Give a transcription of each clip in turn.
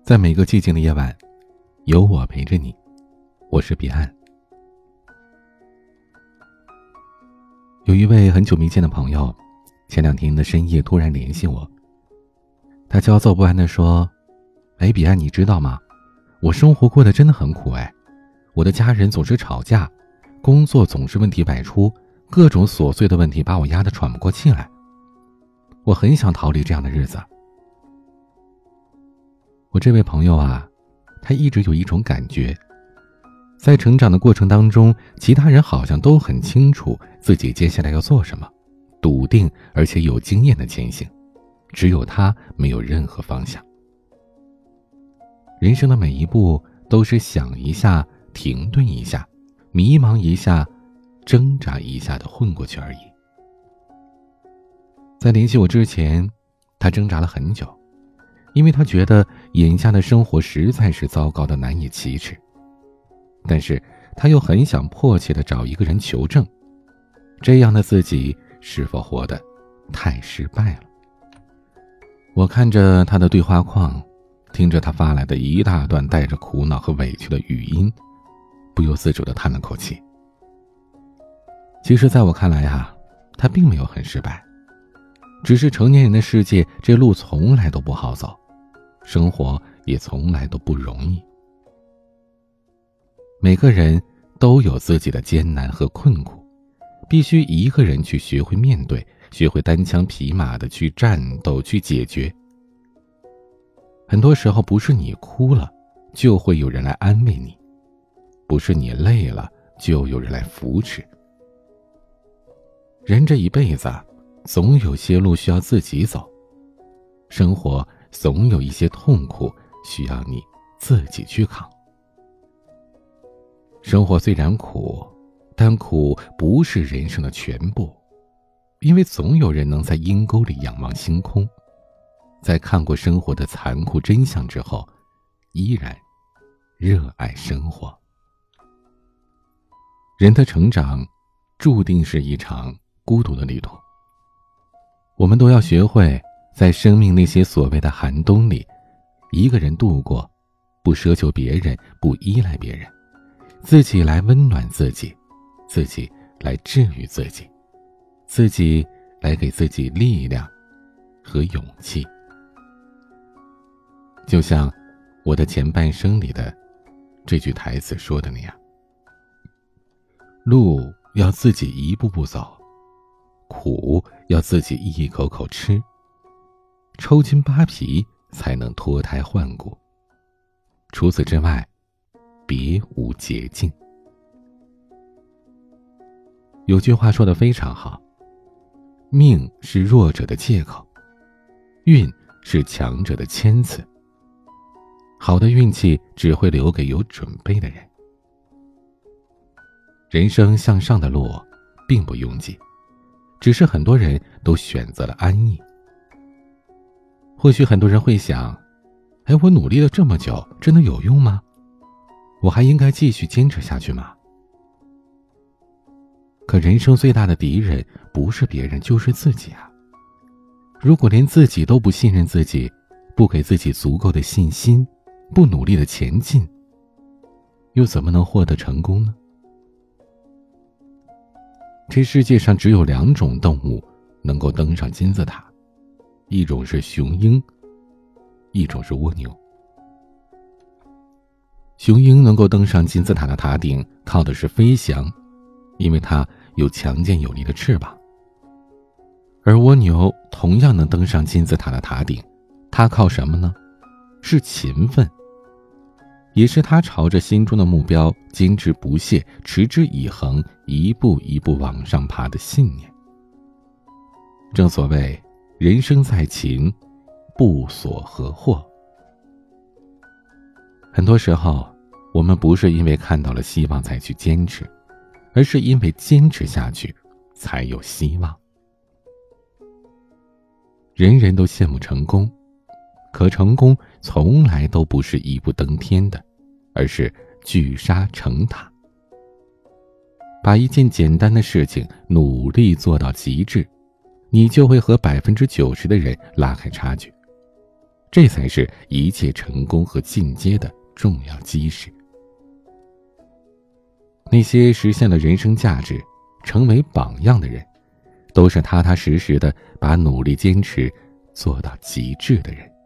在每个寂静的夜晚，有我陪着你。我是彼岸。有一位很久没见的朋友，前2天的深夜突然联系我。他焦躁不安地说：彼岸，你知道吗？我生活过得真的很苦我的家人总是吵架，工作总是问题百出，各种琐碎的问题把我压得喘不过气来。我很想逃离这样的日子。我这位朋友他一直有一种感觉，在成长的过程当中，其他人好像都很清楚自己接下来要做什么，笃定而且有经验的前行，只有他没有任何方向。人生的每一步都是想一下，停顿一下，迷茫一下，挣扎一下的混过去而已。在联系我之前，他挣扎了很久，因为他觉得眼下的生活实在是糟糕的难以启齿，但是他又很想迫切地找一个人求证，这样的自己是否活得太失败了。我看着他的对话框，听着他发来的一大段带着苦恼和委屈的语音，不由自主地叹了口气。其实在我看来他并没有很失败，只是成年人的世界，这路从来都不好走，生活也从来都不容易。每个人都有自己的艰难和困苦，必须一个人去学会面对，学会单枪匹马的去战斗，去解决。很多时候不是你哭了，就会有人来安慰你，不是你累了，就有人来扶持。人这一辈子总有些路需要自己走，生活总有一些痛苦需要你自己去扛。生活虽然苦，但苦不是人生的全部，因为总有人能在阴沟里仰望星空，在看过生活的残酷真相之后，依然热爱生活。人的成长注定是一场孤独的旅途，我们都要学会在生命那些所谓的寒冬里，一个人度过，不奢求别人，不依赖别人，自己来温暖自己，自己来治愈自己，自己来给自己力量和勇气。就像我的前半生里的这句台词说的那样，路要自己一步步走，苦要自己一口口吃，抽筋扒皮才能脱胎换骨，除此之外别无捷径。有句话说得非常好，命是弱者的借口，运是强者的谦词。好的运气只会留给有准备的人。人生向上的路并不拥挤，只是很多人都选择了安逸。或许很多人会想，我努力了这么久，真的有用吗？我还应该继续坚持下去吗？可人生最大的敌人不是别人，就是自己如果连自己都不信任自己，不给自己足够的信心，不努力的前进，又怎么能获得成功呢？这世界上只有2种动物能够登上金字塔，一种是雄鹰，一种是蜗牛。雄鹰能够登上金字塔的塔顶，靠的是飞翔，因为它有强健有力的翅膀。而蜗牛同样能登上金字塔的塔顶，它靠什么呢？是勤奋，也是他朝着心中的目标坚持不懈，持之以恒，一步一步往上爬的信念。正所谓人生在勤，不所何获。很多时候我们不是因为看到了希望才去坚持，而是因为坚持下去才有希望。人人都羡慕成功，可成功从来都不是一步登天的，而是聚沙成塔。把一件简单的事情努力做到极致，你就会和90%的人拉开差距。 这才是一切成功和进阶的重要基石。那些实现了人生价值，成为榜样的人，都是踏踏实实的把努力坚持做到极致的人。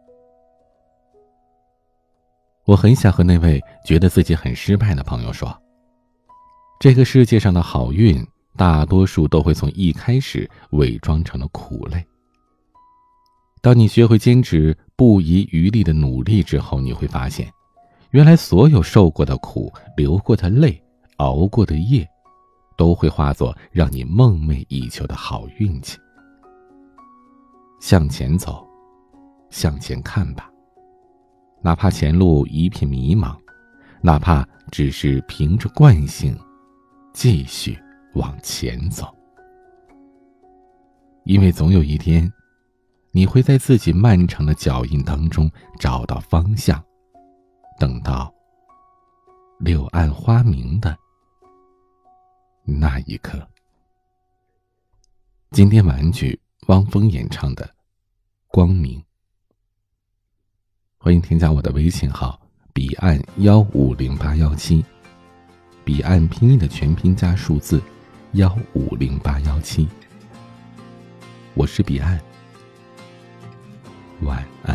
我很想和那位觉得自己很失败的朋友说，这个世界上的好运大多数都会从一开始伪装成了苦累。当你学会坚持不遗余力的努力之后，你会发现，原来所有受过的苦、流过的泪、熬过的夜，都会化作让你梦寐以求的好运气。向前走，向前看吧，哪怕前路一片迷茫，哪怕只是凭着惯性继续往前走。因为总有一天，你会在自己漫长的脚印当中找到方向，等到柳暗花明的那一刻。今天晚曲汪峰演唱的《光明》。欢迎添加我的微信号彼岸150817，彼岸拼音的全拼加数字150817。我是彼岸，晚安。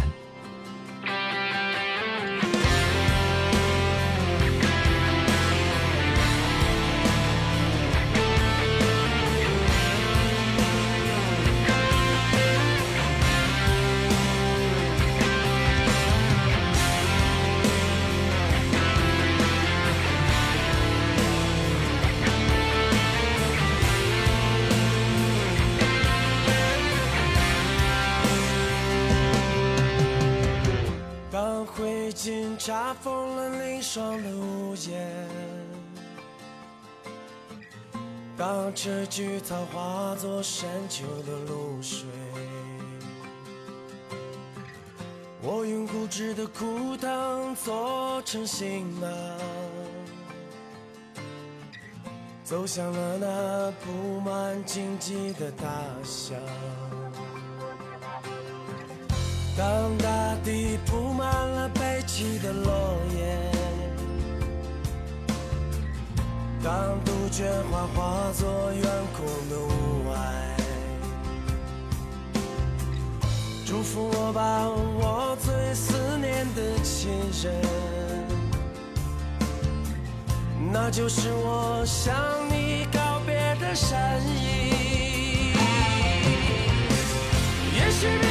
灰烬查封了凝霜的屋檐，当这菊草化作深秋的露水，我用固执的枯藤做成行囊，走向了那布满荆棘的大象。当大地铺满了悲泣的落叶，当杜鹃花化作远空的雾霭，祝福我吧，我最思念的亲人，那就是我向你告别的身影。也许